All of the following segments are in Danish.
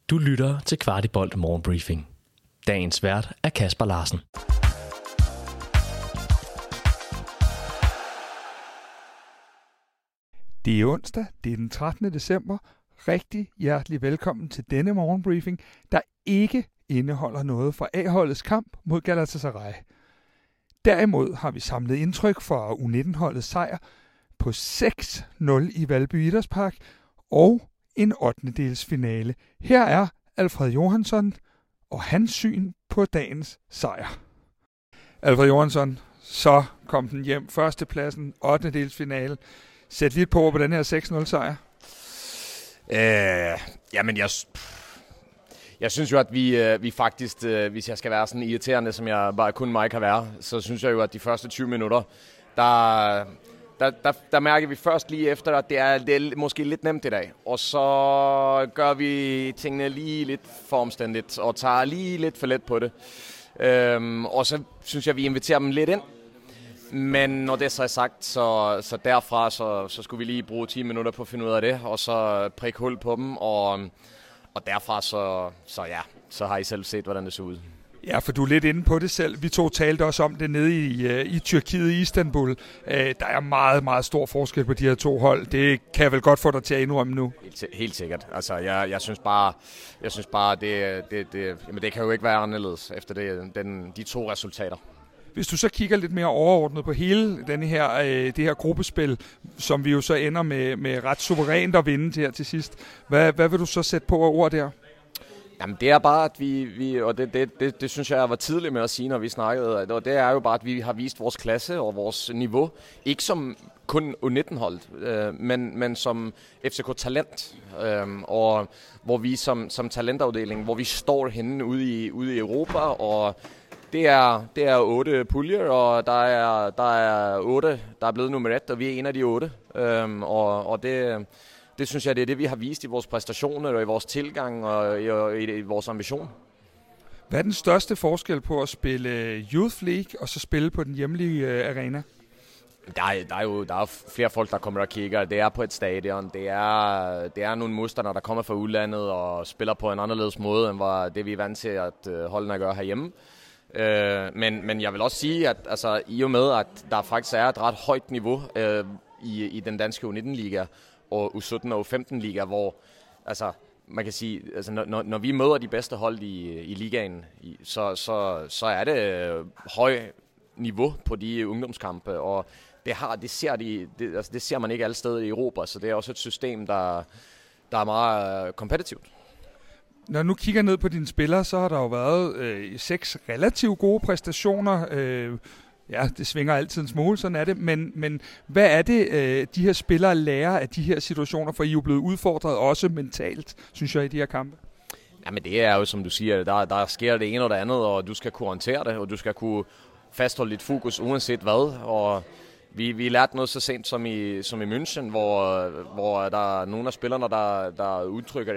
Du lytter til Kvartibolt Morgenbriefing. Dagens vært er Kasper Larsen. Det er onsdag, det er den 13. december. Rigtig hjertelig velkommen til denne morgenbriefing, der ikke indeholder noget fra A-holdets kamp mod Galatasaray. Derimod har vi samlet indtryk fra U19-holdets sejr på 6-0 i Valby Idrætspark og en 8. finale. Her er Alfred Johansson og hans syn på dagens sejr. Alfred Johansson, så kom den hjem. Førstepladsen, 8. finale. Sæt lidt på den her 6-0 sejr. Jamen, jeg synes jo, at vi faktisk, hvis jeg skal være sådan irriterende, som jeg bare kun mig kan være, så synes jeg jo, at de første 20 minutter, der mærker vi først lige efter, at det er måske lidt nemt i dag. Og så gør vi tingene lige lidt for omstændigt, og tager lige lidt for let på det. Og så synes jeg, vi inviterer dem lidt ind. Men når det så er sagt, så derfra, så skulle vi lige bruge 10 minutter på at finde ud af det, og så prikke hul på dem, og derfra så har I selv set, hvordan det så ud. Ja, for du er lidt inde på det selv. Vi to talte også om det nede i Tyrkiet, i Istanbul. Der er meget, meget stor forskel på de her to hold. Det kan jeg vel godt få dig til at indrømme nu. Helt sikkert. Altså, jeg synes bare, det kan jo ikke være anderledes efter de to resultater. Hvis du så kigger lidt mere overordnet på hele det her gruppespil, som vi jo så ender med ret suverænt at vinde her til sidst. Hvad vil du så sætte på ord der? Jamen det er bare, at vi og det synes jeg var tidligt med at sige, når vi snakkede, og det er jo bare, at vi har vist vores klasse og vores niveau, ikke som kun U19-hold, men som FCK Talent, og hvor vi som talentafdeling, hvor vi står henne ude i Europa, og det er 8 puljer, og der er 8, der er blevet nummer 1, og vi er en af de 8, og det synes jeg, det er det, vi har vist i vores præstationer og i vores tilgang og i vores ambition. Hvad er den største forskel på at spille Youth League og så spille på den hjemlige arena? Der er flere folk, der kommer og kigger. Det er på et stadion. Det er nogle modstandere, der kommer fra udlandet og spiller på en anderledes måde, end det vi er vant til at holdene gør herhjemme. Men jeg vil også sige, at altså, i og med, at der faktisk er et ret højt niveau i den danske U19-liga, og U17 og U15-liga, hvor altså, man kan sige, altså, når vi møder de bedste hold i ligaen, så er det højt niveau på de ungdomskampe, og det ser man ikke alle steder i Europa, så det er også et system, der er meget kompetitivt. Når du kigger ned på dine spillere, så har der jo været 6 relativt gode præstationer. Ja, det svinger altid en smule, sådan er det. Men hvad er det, de her spillere lærer af de her situationer? For I er jo blevet udfordret også mentalt, synes jeg, i de her kampe. Jamen det er jo, som du siger, der sker det ene og det andet, og du skal kunne håndtere det, og du skal kunne fastholde dit fokus uanset hvad. Og vi lærte noget så sent som i München, hvor der er nogle af spillerne, der udtrykker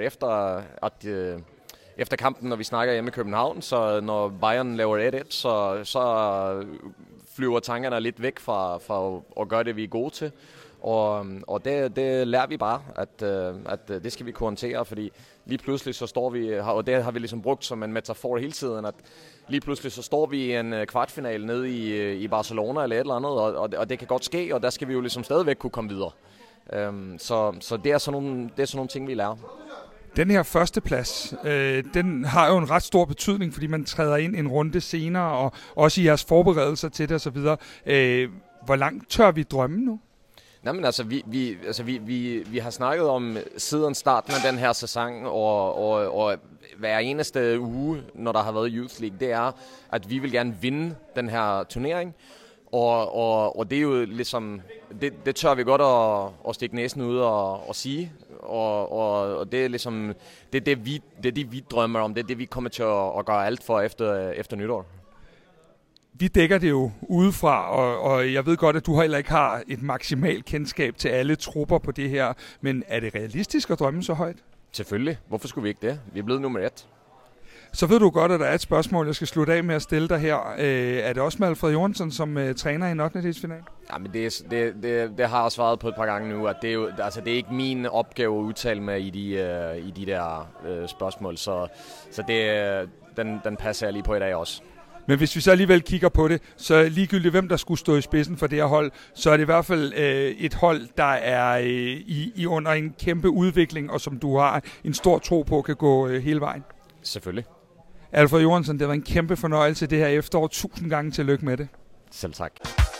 efter kampen, når vi snakker hjemme i København, så når Bayern laver 1-1, så flyver tankerne lidt væk fra at gøre det, vi er gode til. Og det lærer vi bare, at det skal vi kunne håndtere, fordi lige pludselig så står vi, og det har vi ligesom brugt som en metafor hele tiden, at lige pludselig så står vi i en kvartfinale nede i Barcelona eller et eller andet, og det kan godt ske, og der skal vi jo ligesom stadigvæk kunne komme videre. Så det er sådan nogle ting, vi lærer. Den her førsteplads, den har jo en ret stor betydning, fordi man træder ind en runde senere, og også i jeres forberedelser til det osv. Hvor langt tør vi drømme nu? Nej, men altså, vi har snakket om siden starten af den her sæson, og hver eneste uge, når der har været Youth League, det er, at vi vil gerne vinde den her turnering. Og det er jo ligesom, det tør vi godt at stikke næsen ud og sige. Og det er ligesom, det er det vi drømmer om, det er det vi kommer til at gøre alt for efter nytår. Vi dækker det jo udefra, og jeg ved godt, at du heller ikke har et maksimalt kendskab til alle trupper på det her, men er det realistisk at drømme så højt? Selvfølgelig. Hvorfor skulle vi ikke det? Vi er blevet nummer 1. Så ved du godt, at der er et spørgsmål, jeg skal slutte af med at stille dig her. Er det også med Alfred Jørgensen som træner i en 8. Ja, men det har jeg svaret på et par gange nu, at det er jo, altså det er ikke min opgave at udtale mig i de der spørgsmål, så den passer jeg lige på i dag også. Men hvis vi så alligevel kigger på det, så ligegyldigt hvem der skulle stå i spidsen for det her hold, så er det i hvert fald et hold, der er i under en kæmpe udvikling, og som du har en stor tro på kan gå hele vejen. Selvfølgelig. Alfred Jørgensen, det var en kæmpe fornøjelse det her efterår. 1000 gange tillykke med det. Selv tak.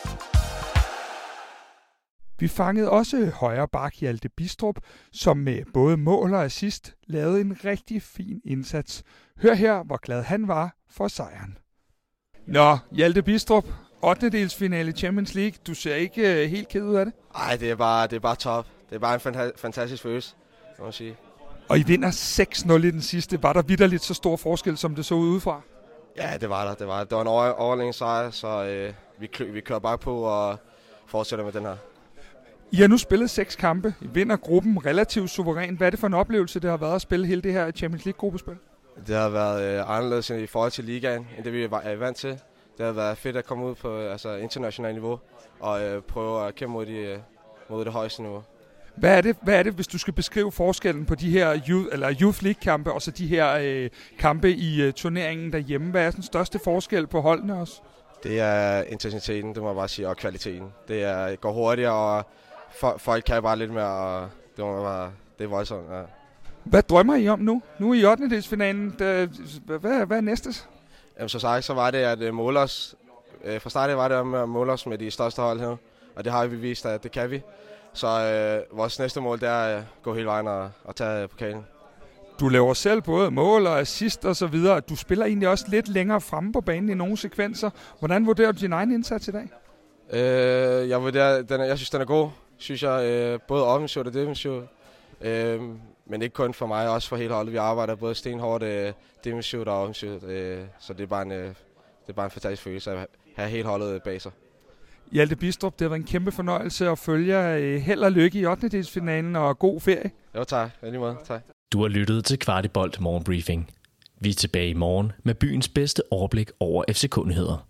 Vi fangede også højre bak Hjalte Bidstrup, som med både mål og assist lavede en rigtig fin indsats. Hør her, hvor glad han var for sejren. Nå, Hjalte Bidstrup, 8. Champions League. Du ser ikke helt ked ud af det? Nej, det er bare top. Det er bare en fantastisk følelse, kan man sige. Og I vinder 6-0 i den sidste. Var der vitterligt så stor forskel, som det så ud udefra? Ja, det var der. Det var en overlænge sejr, så vi kører bare på og fortsætter med den her. I har nu spillet 6 kampe. I vinder gruppen relativt suverænt. Hvad er det for en oplevelse, det har været at spille hele det her Champions League-gruppespil? Det har været anderledes i forhold til ligaen, end det vi er vant til. Det har været fedt at komme ud på internationalt niveau og prøve at kæmpe mod det højeste niveau. Hvad er det, hvis du skal beskrive forskellen på de her Youth League-kampe og så de her kampe i turneringen derhjemme? Hvad er den største forskel på holdene også? Det er intensiteten, det må jeg bare sige, og kvaliteten. Det går hurtigere, og folk kan bare lidt mere, og det er voldsomt. Ja. Hvad drømmer I om nu? Nu er I 8. Hvad er næste? Jamen, så sagt, så var det at måle os. Fra starten var det om at måle os med de største hold her, og det har vi vist, at det kan vi. Så vores næste mål, det er at gå hele vejen og tage pokalen. Du laver selv både mål og assist og så videre. Du spiller egentlig også lidt længere fremme på banen i nogle sekvenser. Hvordan vurderer du din egen indsats i dag? Jeg synes, den er god. Synes jeg, både offensivt og defensivt. Men ikke kun for mig, også for hele holdet. Vi arbejder både stenhårdt, defensivt og offensivt. Så det er bare en fantastisk følelse at have hele holdet bag sig. Hjalte Bidstrup, det har været en kæmpe fornøjelse at følge. Held og lykke i 8. og god ferie. Jo, tak. Lige måde. Tak. Du har lyttet til Kvartibolt Morgenbriefing. Vi er tilbage i morgen med byens bedste overblik over FCK-nyheder.